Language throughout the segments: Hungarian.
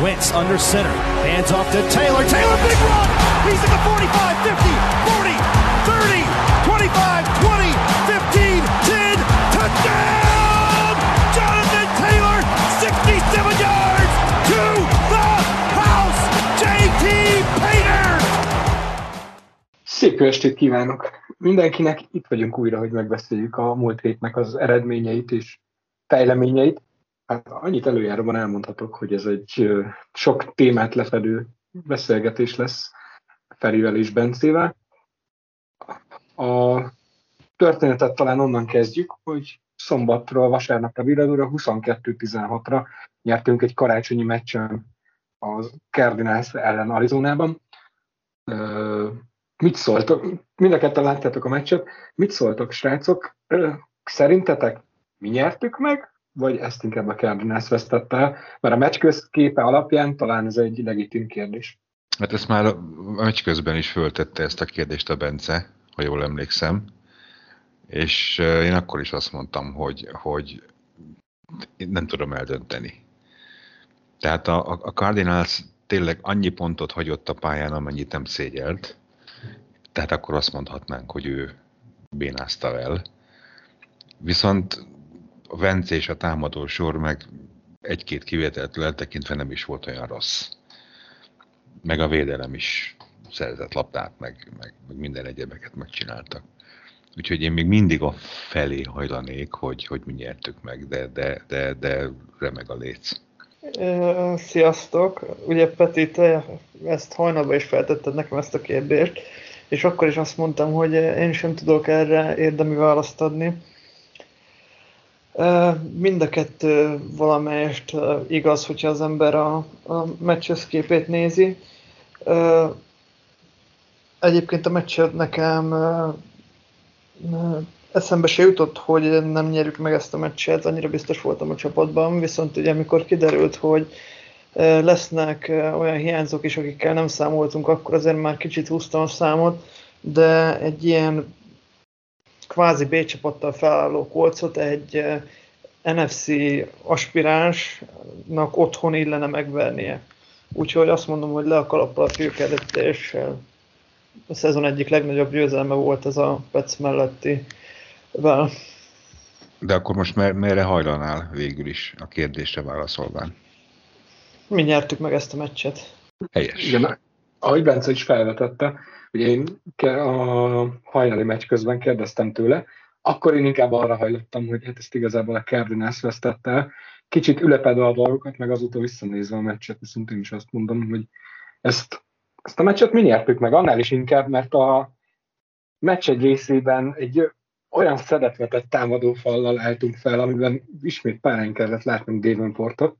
Wentz under center. Hands off to Taylor. Taylor, big run! He's at the 45, 50, 40, 30, 25, 20, 15, 10. Touchdown! Jonathan Taylor, 67 yards to the house! J.T. Painter! Szép jó estét kívánok mindenkinek! Itt vagyunk újra, hogy megbeszéljük a múlt hétnek az eredményeit és fejleményeit. Hát annyit előjáróban elmondhatok, hogy ez egy sok témát lefedő beszélgetés lesz Ferivel és Bencével. A történetet talán onnan kezdjük, hogy szombatról vasárnapra virradóra 22-16-ra nyertünk egy karácsonyi meccsen a Cardinals ellen Arizonában. Mit szóltok? Mind a ketten láttátok a meccset. Mit szóltok, srácok? Szerintetek mi nyertük meg, vagy ezt inkább a Cardinals vesztette el? Mert a meccs közképe alapján talán ez egy legitim kérdés. Hát ezt már a meccs közben is föltette ezt a kérdést a Bence, ha jól emlékszem. És én akkor is azt mondtam, hogy nem tudom eldönteni. Tehát a Cardinals tényleg annyi pontot hagyott a pályán, amennyit nem szégyelt. Tehát akkor azt mondhatnánk, hogy ő bénázta el. Viszont a Vence és a támadó sor meg egy-két kivételtől eltekintve nem is volt olyan rossz. Meg a védelem is szerzett labdát, meg minden egyebeket megcsináltak. Úgyhogy én még mindig a felé hajlanék, hogy mi nyertük meg, de remeg a léc. Sziasztok! Ugye Peti, te ezt hajnalban is feltetted nekem ezt a kérdést, és akkor is azt mondtam, hogy én sem tudok erre érdemi választ adni. Mind a kettő valamelyest igaz, hogyha az ember a meccs összképét nézi. Egyébként a meccset nekem eszembe se jutott, hogy nem nyerjük meg ezt a meccset, annyira biztos voltam a csapatban, viszont ugye amikor kiderült, hogy lesznek olyan hiányzók is, akikkel nem számoltunk, akkor azért már kicsit húztam a számot, de egy ilyen kvázi B csapattal felálló Coltsot egy NFC aspiránsnak otthon illene megvernie. Úgyhogy azt mondom, hogy le a kalappal a fiúk előtt, és a szezon egyik legnagyobb győzelme volt ez a Pets mellettivel. De akkor most merre hajlanál végül is a kérdésre válaszolván? Mi nyertük meg ezt a meccset. Helyes. Igen, ahogy Bence is felvetette, ugye én a hajnali meccs közben kérdeztem tőle, akkor én inkább arra hajlottam, hogy hát ezt igazából a Cardinals vesztette el. Kicsit ülepedve a dolgokat, meg azóta visszanézve a meccset, viszont én is azt mondom, hogy ezt a meccset mi nyertük meg, annál is inkább, mert a meccs egy részében egy olyan szedetvetett támadófallal álltunk fel, amiben ismét pályán kellett látnunk Davenportot,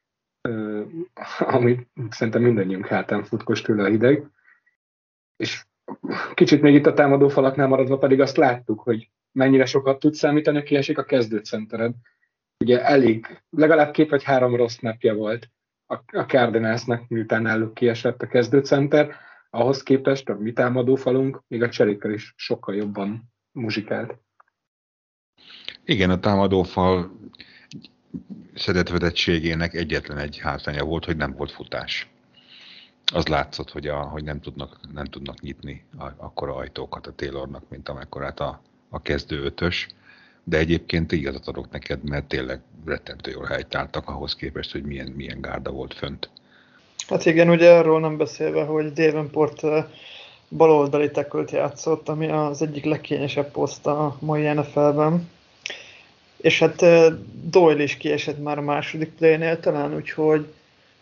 amit szerintem mindannyiunk hátán futkos tőle a hideg. És kicsit még itt a támadófalaknál maradva pedig azt láttuk, hogy mennyire sokat tud számítani, a kiesik a kezdőcentered. Ugye legalább 2 vagy 3 rossz napja volt a Cardinalsnak, miután náluk kiesett a kezdőcenter, ahhoz képest a mi támadófalunk még a cserékkel is sokkal jobban muzsikált. Igen, a támadófal szedetvedettségének egyetlen egy hátránya volt, hogy nem volt futás. Az látszott, hogy nem tudnak nyitni akkora ajtókat a Taylornak, mint amekkorát a kezdő ötös, de egyébként igazat adok neked, mert tényleg rettentő jól helytáltak ahhoz képest, hogy milyen gárda volt fönt. Hát igen, ugye arról nem beszélve, hogy Davenport baloldali tackle-t játszott, ami az egyik legkényesebb poszt a mai NFL-ben. És hát Doyle is kiesett már a második play-nél talán, úgyhogy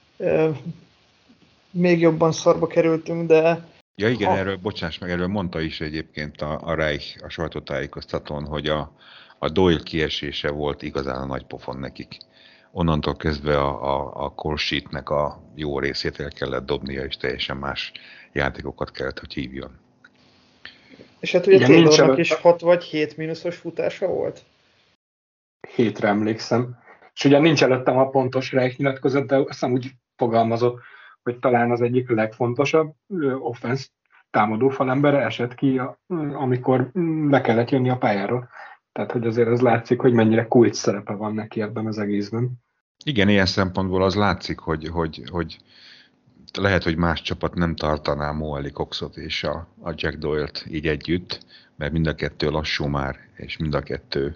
még jobban szarba kerültünk, de... Ja igen, erről mondta is egyébként a Reich a sajtótájékoztatón, hogy a Doyle kiesése volt igazán a nagy pofon nekik. Onnantól kezdve a call sheetnek a jó részét el kellett dobnia, és teljesen más játékokat kellett, hogy hívjon. És hát ugye Taylornak is 6 vagy 7 mínuszos futása volt? 7-re emlékszem. És ugye nincs előttem a pontos Reich nyilatkozat, de aztán úgy fogalmazott, hogy talán az egyik legfontosabb offense támadó falembere esett ki, amikor le kellett jönni a pályáról. Tehát, hogy azért az látszik, hogy mennyire kulcs szerepe van neki ebben az egészben. Igen, ilyen szempontból az látszik, hogy lehet, hogy más csapat nem tartaná Mo Alie-Coxot és a Jack Doyle-t így együtt, mert mind a kettő lassú már, és mind a kettő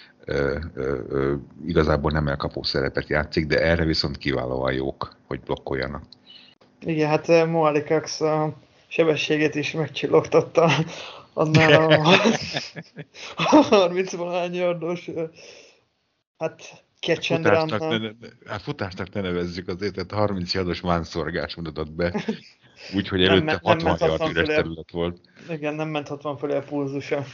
igazából nem elkapó szerepet játszik, de erre viszont kiválóan jók, hogy blokkoljanak. Igen, hát Mo Alie-Cox a sebességét is megcsillogtatta annál a 30-valány yardos catch and run-nál. Futásnak ne nevezzük azért, tehát 30 yardos vánszorgás mutatott be, úgyhogy előtte 60 yard üres terület volt. Igen, nem ment 60 fölé a pulzusa.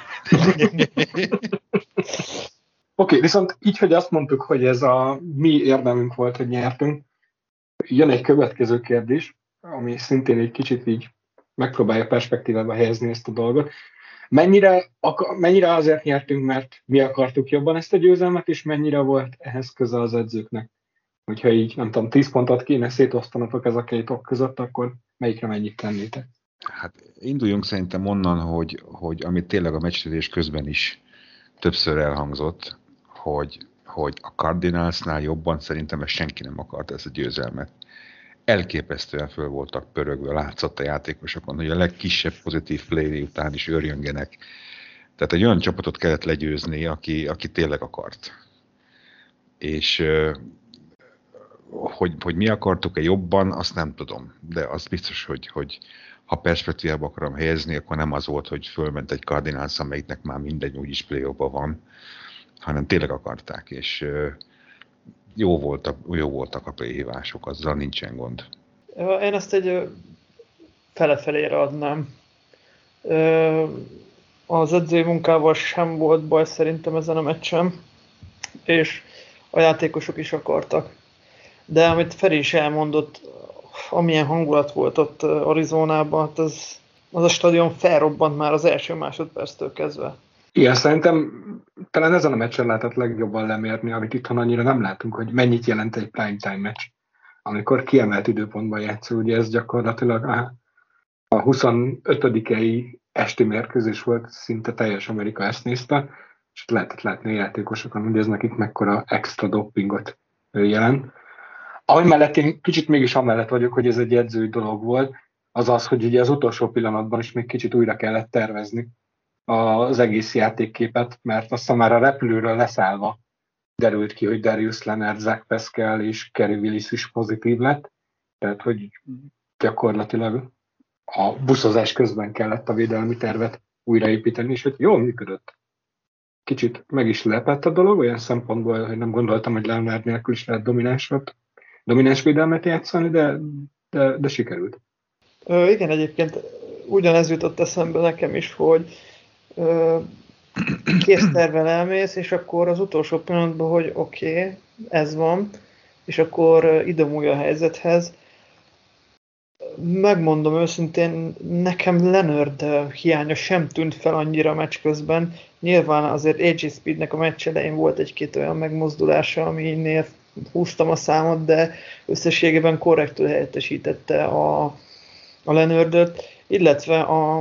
Oké, viszont így, hogy azt mondtuk, hogy ez a mi érdemünk volt, hogy nyertünk, jön egy következő kérdés, ami szintén egy kicsit így megpróbálja perspektívába helyezni ezt a dolgot. Mennyire azért nyertünk, mert mi akartuk jobban ezt a győzelmet, és mennyire volt ehhez köze az edzőknek? Hogyha így, nem tudom, 10 pontot kéne szétosztanatok ez a két ok között, akkor melyikre mennyit tennétek? Hát induljunk szerintem onnan, hogy amit tényleg a meccsérés közben is többször elhangzott, hogy a Cardinalsnál jobban szerintem ezt senki nem akarta, ezt a győzelmet. Elképesztően föl voltak pörögve, látszott a játékosokon, hogy a legkisebb pozitív play után is őrjöngenek. Tehát egy olyan csapatot kellett legyőzni, aki tényleg akart. És hogy mi akartuk-e jobban, azt nem tudom. De az biztos, hogy ha perspektívába akarom helyezni, akkor nem az volt, hogy fölment egy Cardinals, amelyiknek már mindegy úgyis play-offban van, hanem tényleg akarták, és jó voltak a play-hívások, azzal nincsen gond. Én ezt egy fele-felére adnám. Az edzői munkával sem volt baj szerintem ezen a meccsen, és a játékosok is akartak. De amit Feri is elmondott, amilyen hangulat volt ott Arizonában, hát az a stadion felrobbant már az első másodperctől kezdve. Igen, szerintem talán ezen a meccsen lehetett legjobban lemérni, amit itthon annyira nem látunk, hogy mennyit jelent egy primetime meccs, amikor kiemelt időpontban játszol. Ugye ez gyakorlatilag a 25. esti mérkőzés volt, szinte teljes Amerika ezt nézte, és lehetett látni a játékosokon, hogy ez nekik mekkora extra dopingot jelent. Ami mellett én kicsit mégis amellett vagyok, hogy ez egy edzői dolog volt, az az, hogy ugye az utolsó pillanatban is még kicsit újra kellett tervezni az egész játékképet, mert aztán már a repülőről leszállva derült ki, hogy Darius Leonard, Zach Pascal és Kerry Willis is pozitív lett, tehát hogy gyakorlatilag a buszozás közben kellett a védelmi tervet újraépíteni, és hogy jól működött. Kicsit meg is lepett a dolog, olyan szempontból, hogy nem gondoltam, hogy Leonard nélkül is lehet domináns védelmet játszani, de sikerült. Igen, egyébként ugyanez jutott eszembe nekem is, hogy késztervel elmész, és akkor az utolsó pillanatban, hogy oké, ez van, és akkor idomulj a helyzethez. Megmondom őszintén, nekem Leonard hiánya sem tűnt fel annyira a meccs közben. Nyilván azért AJ Speednek a meccs elején volt egy-két olyan megmozdulása, aminél húztam a számot, de összességében korrektül helyettesítette a Leonardot, illetve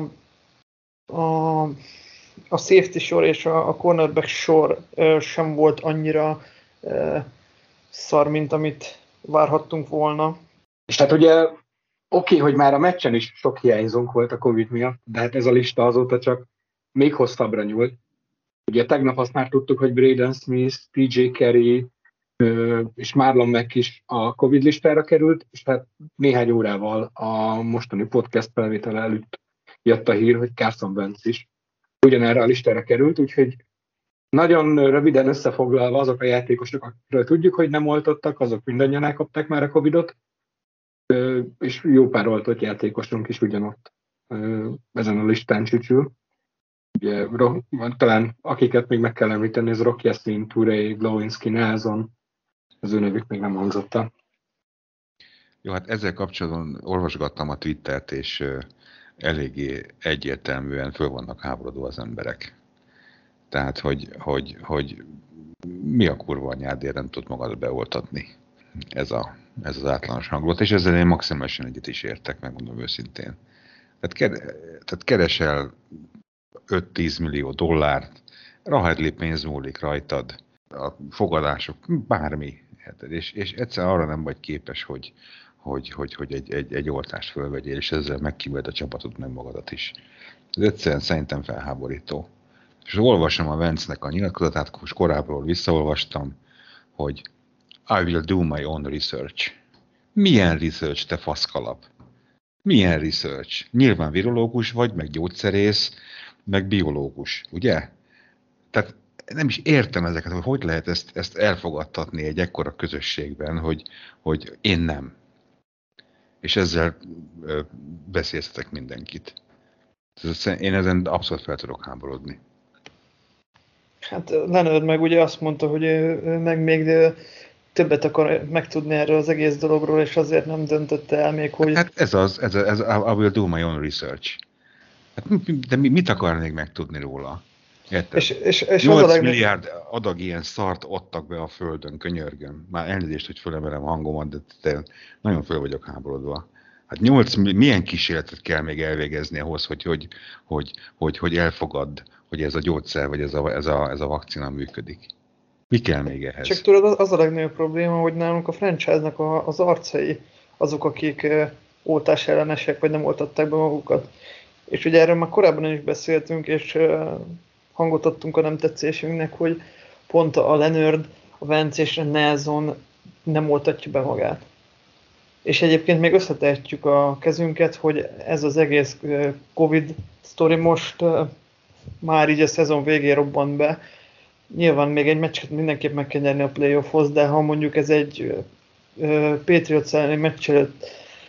a safety sor és a cornerback sor sem volt annyira szar, mint amit várhattunk volna. És tehát ugye oké, hogy már a meccsen is sok hiányzónk volt a Covid miatt, de hát ez a lista azóta csak még hosszabbra nyúlt. Ugye tegnap azt már tudtuk, hogy Braden Smith, TJ Carey és Marlon Mack is a Covid listára került, és hát néhány órával a mostani podcast felvétel előtt jött a hír, hogy Carson Wentz is ugyanerre a listára került, úgyhogy nagyon röviden összefoglalva azok a játékosok, akikről tudjuk, hogy nem oltottak, azok mindannyian elkapták már a Covidot, és jó pár oltott játékosunk is ugyanott ezen a listán csücsül. Ugye, talán akiket még meg kell említeni, ez Rock Ya-Sin, Touré, Glowinski, Nelson, az ő nevük még nem hangzott el. Jó, hát ezzel kapcsolatban olvasgattam a Twittert, és eléggé egyértelműen föl vannak háborodó az emberek. Tehát, hogy mi a kurva anyádért nem tud magad beoltatni ez az általános hangulat, és ezzel én maximálisan egyet is értek, megmondom őszintén. Tehát keresel 5-10 millió dollárt, rahedli pénz múlik rajtad, a fogadások, bármi, érted? És egyszerűen arra nem vagy képes, hogy egy oltást fölvegyél, és ezzel megkívüled a csapatot, meg magadat is. Ez egyszerűen szerintem felháborító. És olvasom a Vance-nek a nyilatkozatát, most korábbról visszaolvastam, hogy I will do my own research. Milyen research, te faszkalap? Milyen research? Nyilván virológus vagy, meg gyógyszerész, meg biológus, ugye? Tehát nem is értem ezeket, hogy lehet ezt elfogadtatni egy ekkora közösségben, hogy én nem. És ezzel beszélhetek mindenkit. Én ezen abszolút fel tudok háborodni. Hát Leonard meg ugye azt mondta, hogy ő meg még többet akar megtudni erről az egész dologról, és azért nem döntötte el még, hogy... Hát ez I will do my own research. Hát, de mit akarnék megtudni róla? És 8 milliárd adag ilyen szart adtak be a földön, könyörgöm. Már elnézést, hogy fölemelem hangomat, de nagyon föl vagyok háborodva. Hát milyen kísérletet kell még elvégezni ahhoz, hogy elfogadd, hogy ez a gyógyszer, vagy ez a vakcina működik? Mi kell még ehhez? Csak tudod, az a legnagyobb probléma, hogy nálunk a franchise-nak az arcai azok, akik oltás ellenesek, vagy nem oltatták be magukat. És ugye erről már korábban is beszéltünk, és hangot adtunk a nem tetszésünknek, hogy pont a Leonard, a Vance és a Nelson nem oltatja be magát. És egyébként még összetehetjük a kezünket, hogy ez az egész Covid sztori most már így a szezon végén robbant be. Nyilván még egy meccset mindenképp meg kell nyerni a playoffhoz, de ha mondjuk ez egy Patriots elleni meccs előtt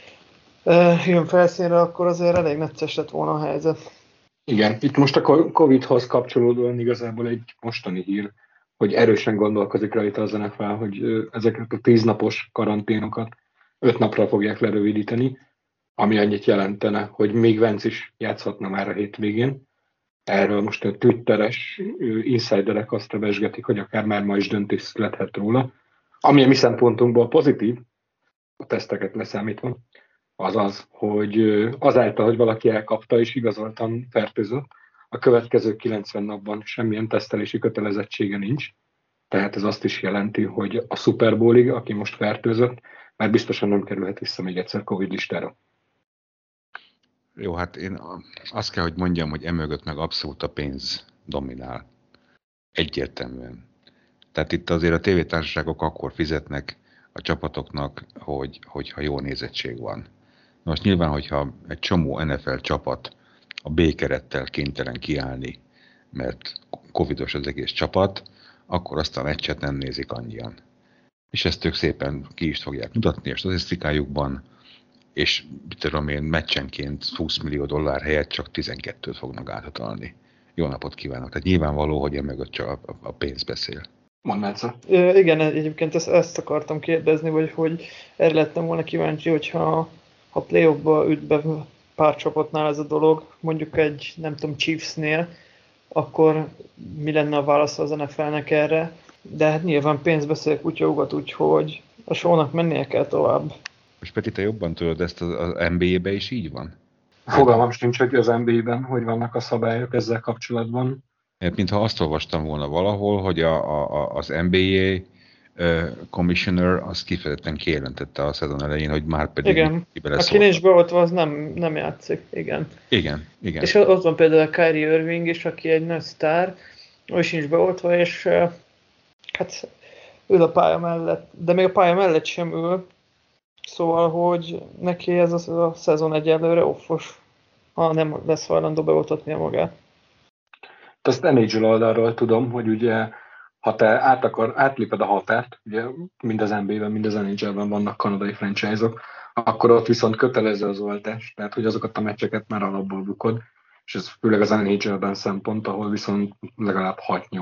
jön felszínre, akkor azért elég necces lett volna a helyzet. Igen, itt most a Covid-hoz kapcsolódóan igazából egy mostani hír, hogy erősen gondolkozik rajta az NFL, hogy ezeket a 10 napos karanténokat 5 napra fogják lerövidíteni, ami annyit jelentene, hogy még Vance is játszhatna már a hétvégén. Erről most a twitteres insiderek azt rebesgetik, hogy akár már ma is döntés születhet róla. Ami a mi szempontunkból pozitív, a teszteket leszámítva, az az, hogy azáltal, hogy valaki elkapta és igazoltan fertőzött, a következő 90 napban semmilyen tesztelési kötelezettsége nincs. Tehát ez azt is jelenti, hogy a Super Bowlig, aki most fertőzött, már biztosan nem kerülhet vissza még egyszer Covid listára. Jó, hát én azt kell, hogy mondjam, hogy emögött meg abszolút a pénz dominál. Egyértelműen. Tehát itt azért a tévétársaságok akkor fizetnek a csapatoknak, hogyha jó nézettség van. Most nyilván, hogyha egy csomó NFL csapat a B-kerettel kénytelen kiállni, mert covidos az egész csapat, akkor azt a meccset nem nézik annyian. És ezt ők szépen ki is fogják mutatni a statisztikájukban, és tudom én, meccsenként $20 millió helyett csak 12-t fognak átadni. Jó napot kívánok! Tehát nyilvánvaló, hogy emögött csak a pénz beszél. Mondd, igen, egyébként ezt akartam kérdezni, hogy erre lettem volna kíváncsi, hogyha playoffba üt be pár csapatnál ez a dolog, mondjuk egy, nem tudom, Chiefsnél, akkor mi lenne a válasz az NFL-nek erre? De hát nyilván pénz beszél kutyaugat, úgyhogy a show-nak mennie kell tovább. És Peti, te jobban tudod, ezt az NBA-be is így van? Fogalmam sincs, hogy az NBA-ben hogy vannak a szabályok ezzel kapcsolatban. Mintha azt olvastam volna valahol, hogy az NBA commissioner az kifejezetten kijelentette a szezon elején, hogy már pedig igen. Aki nincs beoltva, az nem játszik. Igen. Igen. És ott van például a Kyrie Irving is, aki egy nagy sztár, ő sincs beoltva, és hát ül a pálya mellett, de még a pálya mellett sem ül, szóval, hogy neki ez a szezon egyelőre offos, ha nem lesz hajlandó beoltatnia magát. Ezt NHL oldalról tudom, hogy ugye, ha te átléped a határt, ugye mind az NBA-ben, mind az NHL-ben vannak kanadai franchise-ok, akkor ott viszont kötelező az oltás, tehát hogy azokat a meccseket már alapból bukod, és ez főleg az NHL-ben szempont, ahol viszont legalább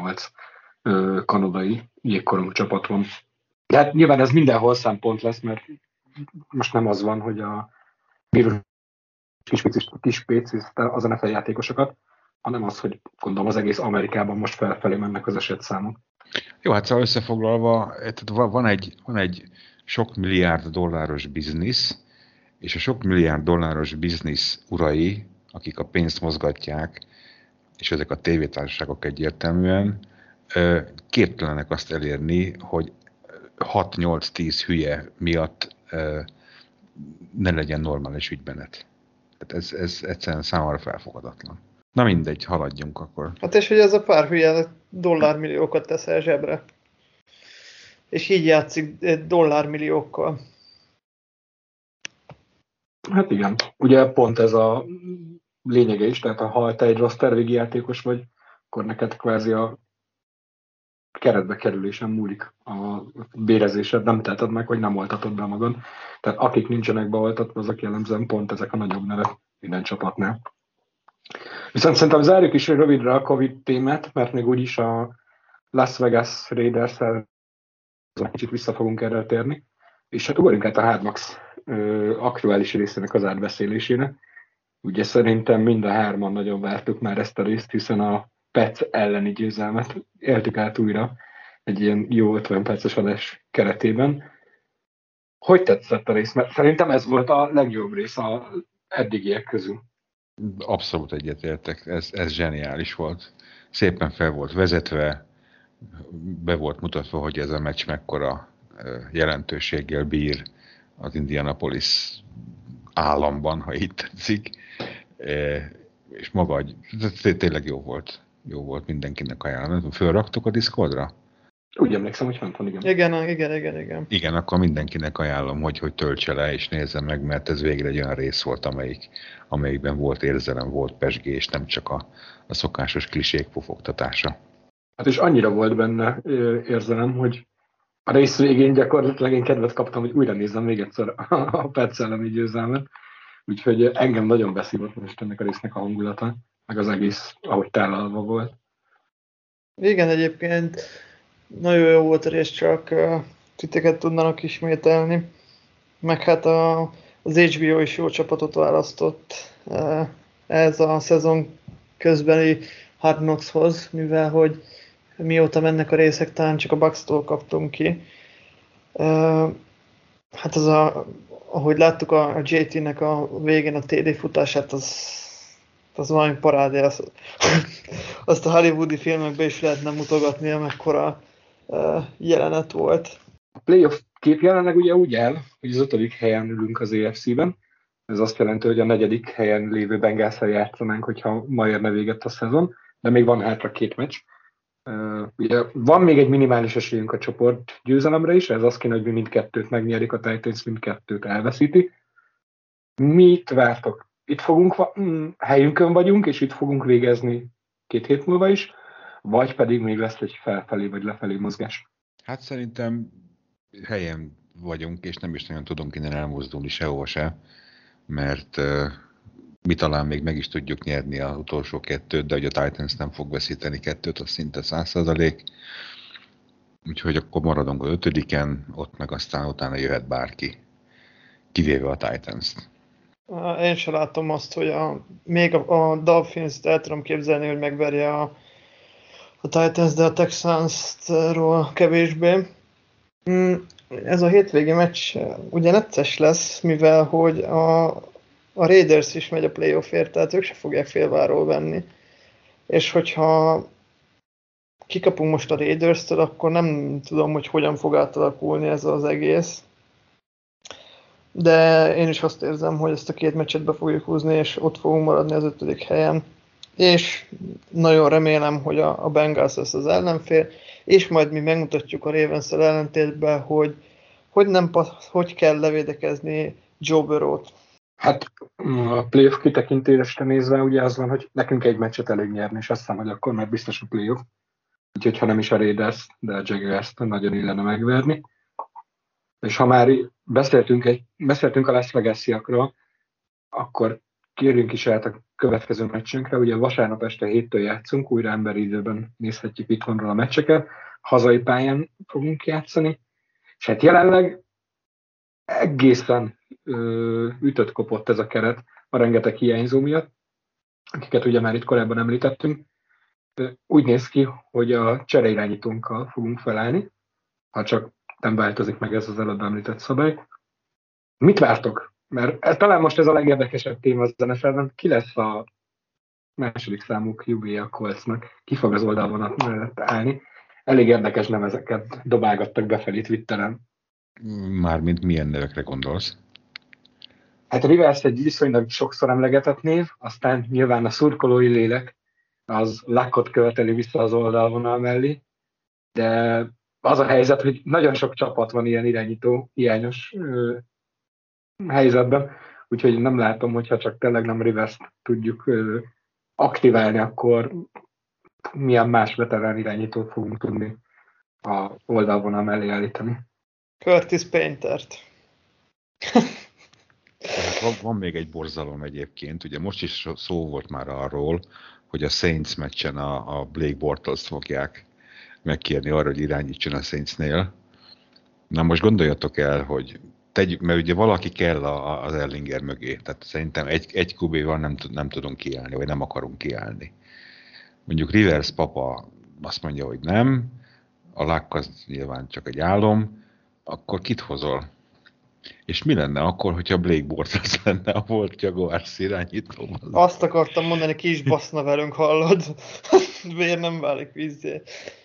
6-8 kanadai jégkorong csapat van. De hát nyilván ez mindenhol szempont lesz, mert most nem az van, hogy a vírus kispécizte az NFL játékosokat, hanem az, hogy gondolom az egész Amerikában most felfelé mennek az esetszámok. Jó, hát szóval összefoglalva, van egy sok milliárd dolláros biznisz, és a sok milliárd dolláros biznisz urai, akik a pénzt mozgatják, és ezek a tévétársaságok egyértelműen, képtelenek azt elérni, hogy 6-8-10 hülye miatt ne legyen normális ügymenet. Tehát ez egyszerűen számomra felfogadatlan. Na mindegy, haladjunk akkor. Hát és hogy ez a pár hülye dollármilliókat tesz el zsebre. És így játszik dollármilliókkal. Hát igen. Ugye pont ez a lényege is, tehát ha te egy rossz tervégi játékos vagy, akkor neked kvázi a keretbe kerülésen múlik a bérezésed, nem teheted meg, hogy nem oltatod be magad. Tehát akik nincsenek beoltatva, azok jellemzően pont ezek a nagyobb nevek minden csapatnál. Viszont szerintem zárjuk is rövidre a Covid témát, mert még úgyis a Las Vegas Raiders-szel kicsit vissza fogunk erre térni. És hát ugorjunk át a Hard Knocks aktuális részének az átbeszélésére. Ugye szerintem mind a hárman nagyon vártuk már ezt a részt, hiszen a Pets elleni győzelmet éltük át újra egy ilyen jó 50 perces adás keretében. Hogy tetszett a rész? Mert szerintem ez volt a legjobb rész az eddigiek közül. Abszolút egyetértek, ez zseniális volt. Szépen fel volt vezetve, be volt mutatva, hogy ez a meccs mekkora jelentőséggel bír az Indianapolis államban, ha így tetszik. És maga, tényleg jó volt mindenkinek ajánlani. Fölraktuk a Discordra? Úgy emlékszem, hogy fent van, igen. Igen. Igen, akkor mindenkinek ajánlom, hogy töltse le és nézze meg, mert ez végre egy olyan rész volt, amelyikben volt érzelem, volt pezsgés, nem csak a szokásos klisék pufogtatása. Hát és annyira volt benne érzelem, hogy a rész végén gyakorlatilag én kedvet kaptam, hogy újra nézzem még egyszer a Pets elleni győzelmet. Úgyhogy engem nagyon beszívott most ennek a résznek a hangulata, meg az egész, ahogy tálalva volt. Igen, egyébként nagyon jó volt a rész, csak titeket tudnának ismételni. Meg hát az HBO is jó csapatot választott ez a szezon közbeni Hard Knockshoz, mivel hogy mióta mennek a részek, talán csak a Bucks-tól kaptunk ki. Hát ahogy láttuk a JT-nek a végén a TD futását, az valami parádé. Azt a hollywoodi filmekben is lehetne mutogatni, amekkora jelenet volt. A playoff kép jelenleg ugye úgy áll, hogy az 5. helyen ülünk az AFC-ben. Ez azt jelenti, hogy a 4. helyen lévő Bengalssal játszanánk, hogyha ma érne véget a szezon, de még van hátra 2 meccs. Ugye van még egy minimális esélyünk a csoport győzelemre is, ez azt kéne, hogy mi mindkettőt megnyerik, a Titans mindkettőt elveszíti. Mit vártok? Itt fogunk, helyünkön vagyunk, és itt fogunk végezni 2 hét múlva is, vagy pedig még lesz egy felfelé vagy lefelé mozgás? Hát szerintem helyen vagyunk, és nem is nagyon tudunk innen elmozdulni sehova se, mert mi talán még meg is tudjuk nyerni az utolsó 2-t, de hogy a Titans nem fog veszíteni 2-t, az szinte 100%. Úgyhogy akkor maradunk az 5-en, ott meg aztán utána jöhet bárki, kivéve a Titans-t. Én sem látom azt, hogy még a Dolphins-t el tudom képzelni, hogy megverje a Titans, de a Texans-ról kevésbé. Ez a hétvégi meccs ugye necces lesz, mivel hogy a Raiders is megy a playoffért, tehát ők se fogják félváról venni. És hogyha kikapunk most a Raiders-től, akkor nem tudom, hogy hogyan fog átalakulni ez az egész. De én is azt érzem, hogy ezt a 2 meccset be fogjuk húzni, és ott fogunk maradni az 5. helyen. És nagyon remélem, hogy a Bengals lesz az ellenfél, és majd mi megmutatjuk a Ravens-szel ellentétben, hogy kell levédekezni Joe Burrow-t. Hát a playoff kitekintésre nézve ugye az van, hogy nekünk egy meccset elég nyerni, és azt hiszem, hogy akkor már biztos a playoff. Úgyhogy ha nem is a Raiders, de a Jaguars-t nagyon illene megverni. És ha már beszéltünk a Las Vegas-iakról, akkor kérjünk is át a következő meccsünkre. Ugye vasárnap este 7-től játszunk, újra emberi időben nézhetjük itthonról a meccseket. Hazai pályán fogunk játszani. És hát jelenleg egészen ütött-kopott ez a keret a rengeteg hiányzó miatt, akiket ugye már itt korábban említettünk. Úgy néz ki, hogy a csereirányítónkkal fogunk felállni, ha csak nem változik meg ez az előbb említett szabály. Mit vártok? Mert talán most ez a legérdekesebb téma az NFL-ben. Ki lesz a második számú QB a Coltsnak? Ki fog az oldalvonat mellett állni? elég érdekes neveket dobálgattak befelé Twitteren. Mármint milyen nevekre gondolsz? Hát Rivers egy viszonylag sokszor emlegetett név, aztán nyilván a szurkolói lélek az Luckot követeli vissza az oldalvonal mellé, de az a helyzet, hogy nagyon sok csapat van ilyen irányító hiányos helyzetben, úgyhogy nem látom, hogyha csak tényleg nem Rivers-t tudjuk aktiválni, akkor milyen más veterán irányítót fogunk tudni a oldalvonal mellé állítani. Curtis Paintert. Van még egy borzalom egyébként, ugye most is szó volt már arról, hogy a Saints meccsen a Blake Bortles fogják megkérni arra, hogy irányítson a Saintsnél. Na most gondoljatok el, hogy mert ugye valaki kell az Erlinger mögé, tehát szerintem egy QB-val nem tudunk kiállni, vagy nem akarunk kiállni. Mondjuk Rivers papa azt mondja, hogy nem, a Luck az nyilván csak egy álom, akkor kit hozol? És mi lenne akkor, hogyha Blake Bortles lenne a volt Jaguars irányító? Azt akartam mondani, ki is baszna velünk, hallod? Vér nem válik vízzé.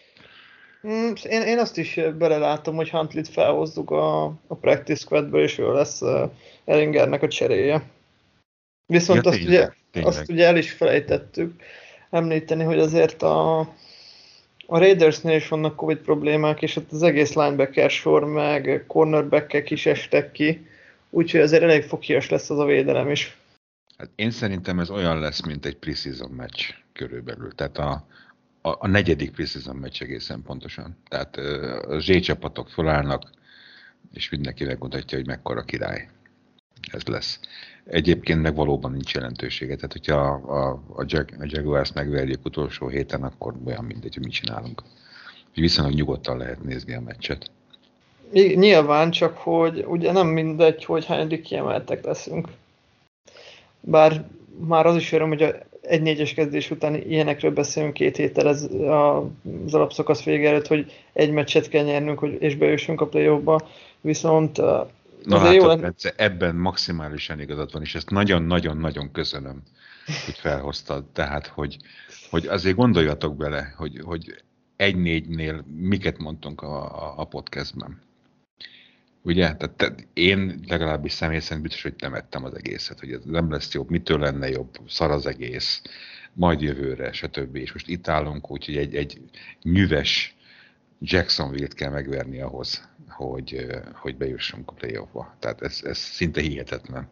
Én azt is belelátom, hogy Huntley-t felhozzuk a practice squadből, és ő lesz Erlingernek a cseréje. Viszont azt ugye el is felejtettük említeni, hogy azért a Raidersnél is vannak Covid problémák, és ott az egész linebacker sor, meg cornerbackek is estek ki, úgyhogy azért elég fokias lesz az a védelem is. Hát én szerintem ez olyan lesz, mint egy preseason meccs körülbelül. Tehát a negyedik preseason meccs egészen pontosan. Tehát a Z-csapatok felállnak, és mindenki megmutatja, hogy mekkora király ez lesz. Egyébként meg valóban nincs jelentősége. Tehát, hogyha a Jaguars megverjük utolsó héten, akkor olyan mindegy, hogy mit csinálunk. Viszonylag nyugodtan lehet nézni a meccset. Nyilván, csak hogy ugye nem mindegy, hogy hányadik kiemeltek leszünk. Bár már az is öröm, hogy a 1-4-es kezdés után ilyenekről beszélünk 2 héttel az alapszakasz vége előtt, hogy egy meccset kell nyernünk, és bejussunk a play-offba, viszont na látod, Bence, ebben maximálisan igazad van, és ezt nagyon-nagyon-nagyon köszönöm, hogy felhoztad. Tehát, hogy azért gondoljatok bele, hogy 1-4-nél miket mondtunk a podcastben. Ugye? Tehát én legalábbis személy szerint biztos, hogy temettem az egészet, hogy ez nem lesz jobb, mitől lenne jobb, szar az egész, majd jövőre, stb. És most itt állunk, úgyhogy egy nyüves Jacksonville-t kell megverni ahhoz, hogy bejussunk a playoffba. Tehát ez szinte hihetetlen.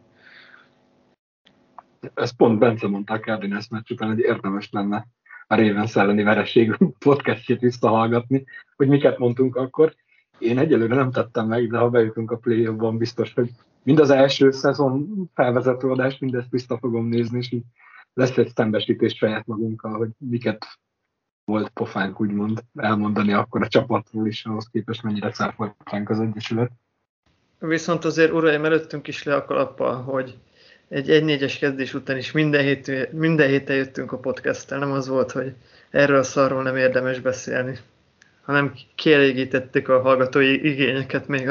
Ez pont Bence mondta a Cardinals meccs után, hogy érdemes lenne a Ravens elleni vereség podcastjét visszahallgatni, hogy miket mondtunk akkor. Én egyelőre nem tettem meg, de ha bejutunk a playoffban, biztos, hogy mind az első szezon felvezető adást, mindezt vissza fogom nézni, és lesz egy szembesítés saját magunkkal, hogy miket volt pofánk úgymond elmondani akkor a csapatról is, ahhoz képest mennyire cáfoltánk az Egyesület. Viszont azért uraim, előttünk is le a kalappal, hogy egy 1-4-es kezdés után is minden héten jöttünk a podcasttel, nem az volt, hogy erről a szarról nem érdemes beszélni, hanem kielégítettük a hallgatói igényeket még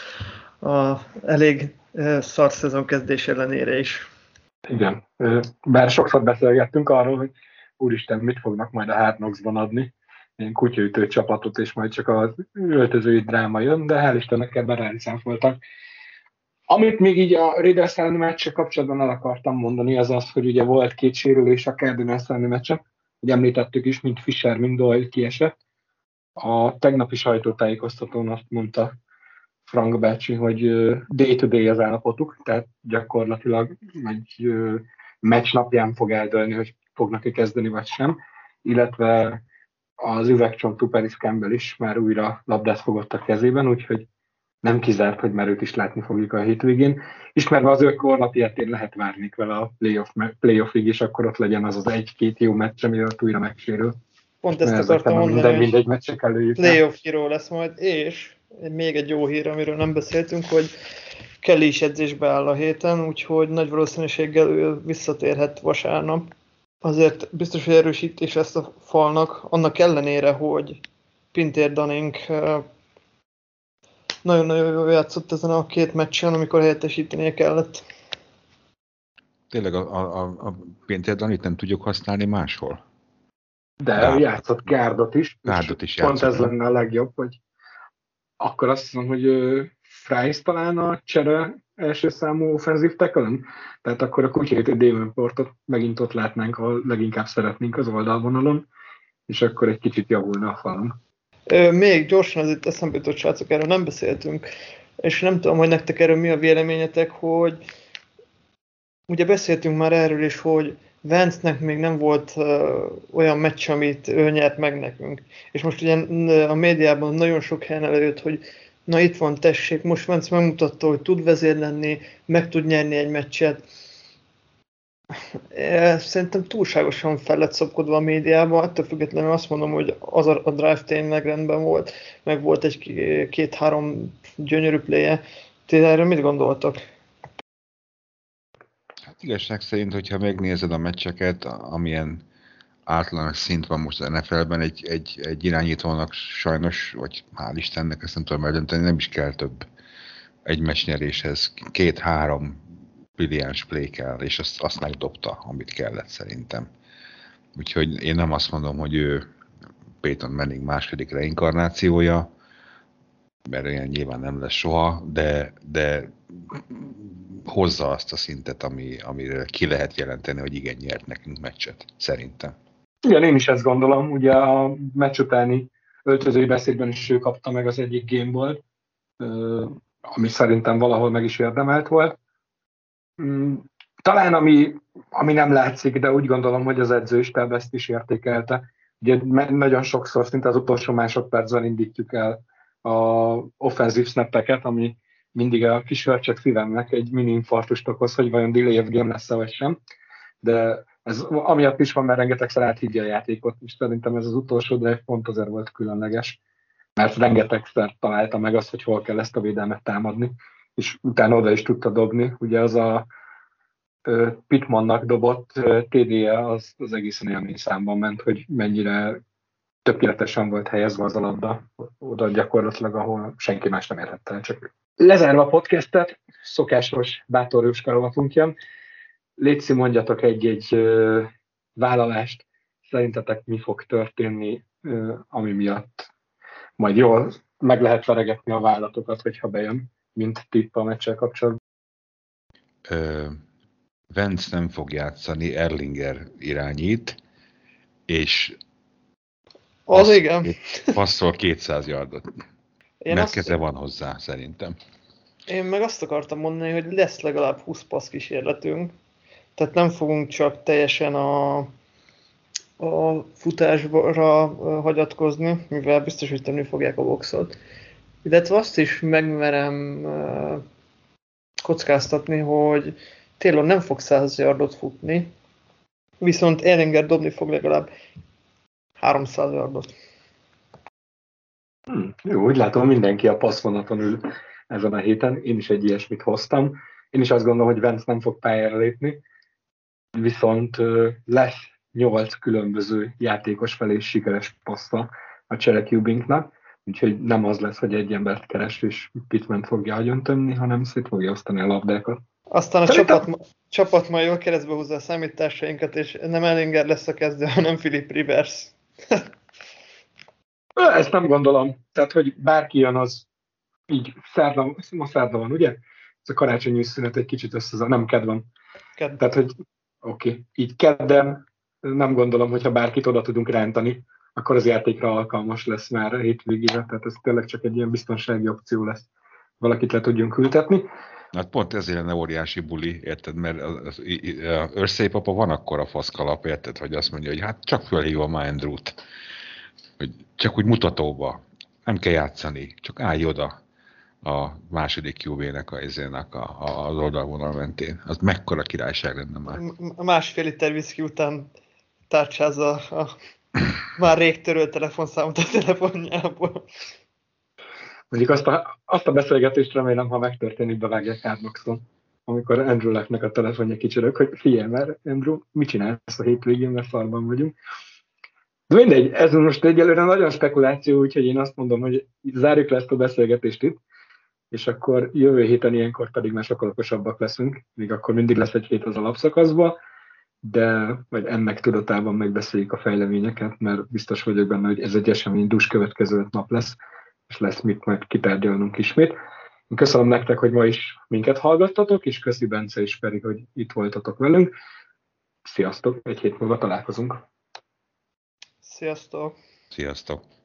a elég szar szezon kezdés ellenére is. Igen, bár sokszor beszélgettünk arról, hogy úristen, mit fognak majd a Hard Knocks-ban adni, ilyen kutyaütő csapatot, és majd csak az öltözői dráma jön, de hál' Istennek ebben rászámoltak. Amit még így a Raiders elleni meccsel kapcsolatban el akartam mondani, az az, hogy ugye volt 2 sérülés a Cardinals elleni meccsen, hogy említettük is, mind Fisher, mind Doyle kiesett. A tegnapi sajtótájékoztatón azt mondta Frank bácsi, hogy day-to-day az állapotuk, tehát gyakorlatilag egy meccs napján fog eldőlni, hogy fognak-e kezdeni vagy sem, illetve az üvegcsontú Paris Campbell is már újra labdát fogott a kezében, úgyhogy nem kizárt, hogy már őt is látni fogjuk a hétvégén. Ismerve az ő kornapját, én lehet várni vele a playoffig, és akkor ott legyen az 1-2 jó meccs, amivel újra megsérül. Pont ezt akartam mondani, mindegy meccsek előjük. Playoff híró lesz majd, és még egy jó hír, amiről nem beszéltünk, hogy Kelly is edzésbe áll a héten, úgyhogy nagy valószínűséggel ő visszatérhet vasárnap. Azért biztos, hogy erősítés lesz a falnak, annak ellenére, hogy Pinter Dunning nagyon-nagyon jól játszott ezen a 2 meccsen, amikor helyettesítenie kellett. Tényleg a Pinter Dunnit nem tudjuk használni máshol? De játszott gárdot is. Gárdot is pont játszott. ez lenne a legjobb, hogy akkor azt hiszem, hogy Price talán a csere első számú offenzív tackle-en. Tehát akkor a Kutyét, Davenportot megint ott látnánk, ahol leginkább szeretnénk az oldalvonalon, és akkor egy kicsit javulna a falon. Még gyorsan azért eszembe jutott, srácok, erről nem beszéltünk, és nem tudom, hogy nektek erről mi a véleményetek, hogy ugye beszéltünk már erről is, hogy Vance-nek még nem volt olyan meccs, amit ő nyert meg nekünk. És most ugye a médiában nagyon sok helyen előjött, hogy na itt van, tessék, most Vance megmutatta, hogy tud vezér lenni, meg tud nyerni egy meccset. Szerintem túlságosan fel lett szopkodva a médiában, ettől függetlenül azt mondom, hogy az a drive tényleg rendben volt, meg volt egy 2-3 gyönyörű play-je. Ti erről mit gondoltak? Hát igazság szerint, hogyha megnézed a meccseket, amilyen általános szint van most az NFL-ben, egy irányítónak sajnos, vagy hál' Istennek, ezt nem tudom eldönteni, nem is kell több egy meccsnyeréshez. 2-3 brilliáns play kell, és azt megdobta, amit kellett szerintem. Úgyhogy én nem azt mondom, hogy ő Peyton Manning második reinkarnációja, mert olyan nyilván nem lesz soha, de hozza azt a szintet, amire ki lehet jelenteni, hogy igen, nyert nekünk meccset, szerintem. Igen, én is ezt gondolom. Ugye a meccs utáni öltözői beszédben is ő kapta meg az egyik Gameball, ami szerintem valahol meg is érdemelt volt. Talán ami nem látszik, de úgy gondolom, hogy az edzőistáb ezt is értékelte. Ugye nagyon sokszor, szinte az utolsó másodpercben indítjuk el a offenzív snappeket, ami mindig a kis hölcsök szívemnek egy mini infarktust okoz, hogy vajon delay of game lesz-e vagy sem. De ez amiatt is van, mert rengetegszer áthívja a játékot, és szerintem ez az utolsó drive pont azért volt különleges, mert rengetegszer találta meg azt, hogy hol kell ezt a védelmet támadni, és utána oda is tudta dobni. Ugye az a Pittmannak dobott TD-je az egészen élmény számban ment, hogy mennyire tökéletesen volt helyezve az a labda, oda gyakorlatilag, ahol senki más nem érhette el, csak lezárva a podcastet, szokásos bátor Jóska rovatunk jön. Léci, mondjatok egy vállalást, szerintetek mi fog történni, ami miatt majd jól meg lehet veregetni a vállatokat, hogyha bejön, mint tipp a meccsel kapcsolatban. Vance nem fog játszani, Erlinger irányít, és igen. passzol 200 yardot. Mert keze van hozzá, szerintem. Én meg azt akartam mondani, hogy lesz legalább 20 passz kísérletünk, tehát nem fogunk csak teljesen a futásra hagyatkozni, mivel biztos, hogy tenni fogják a boxot. Illetve azt is megmerem kockáztatni, hogy Taylor nem fog 100 yardot futni, viszont Erlinger dobni fog legalább 300 yardot. Jó, úgy látom, mindenki a passzvonaton ül ezen a héten. Én is egy ilyesmit hoztam. Én is azt gondolom, hogy Vance nem fog pályára lépni, viszont lesz 8 különböző játékos felé sikeres passza a csere QB-nknak, úgyhogy nem az lesz, hogy egy embert keres és Pittman fogja agyontömni, hanem szét fogja osztani a labdákat. Aztán a csapat majd jól keresztbe húzza a számításainkat, és nem Erlinger lesz a kezdő, hanem Philip Rivers. Ezt nem gondolom. Tehát, hogy bárki jön, az így ma szerda van, ugye? Ez a karácsonyi szünet egy kicsit nem kedd van. Tehát, hogy oké. Így kedden nem gondolom, hogyha bárkit oda tudunk rántani, akkor az játékra alkalmas lesz már a hétvégére. Tehát ez tényleg csak egy ilyen biztonsági opció lesz. Valakit le tudjunk ültetni. Hát pont ezért lenne óriási buli, érted? Mert az Irsay papa van akkor a faszkalap, érted? Hogy azt mondja, hogy hát csak fölhívom már Andrew-t. Hogy csak úgy mutatóba. Nem kell játszani, csak állj oda a második QB-nek az oldalvonal mentén. Az mekkora királyság lenne már. A másfél liter viszki után tárcsázza a már rég törölt telefonszámot a telefonjából. Mondjuk azt a beszélgetést remélem, ha megtörténik, bevágják Hardknockson, amikor Andrew Lucknek a telefonja kicsörög, hogy figyelj, mert Andrew, mit csinálsz a hétvégén, mert szarban vagyunk. De mindegy, ez most egyelőre nagyon spekuláció, úgyhogy én azt mondom, hogy zárjuk le ezt a beszélgetést itt, és akkor jövő héten ilyenkor pedig már sokkal okosabbak leszünk, még akkor mindig lesz egy hét az alapszakaszban, de vagy ennek tudatában megbeszéljük a fejleményeket, mert biztos vagyok benne, hogy ez egy eseménydús következő nap lesz, és lesz mit majd kitárgyalnunk ismét. Én köszönöm nektek, hogy ma is minket hallgattatok, és köszi Bence és Feri, hogy itt voltatok velünk. Sziasztok, egy hét múlva találkozunk. Sziasztok! Sziasztok!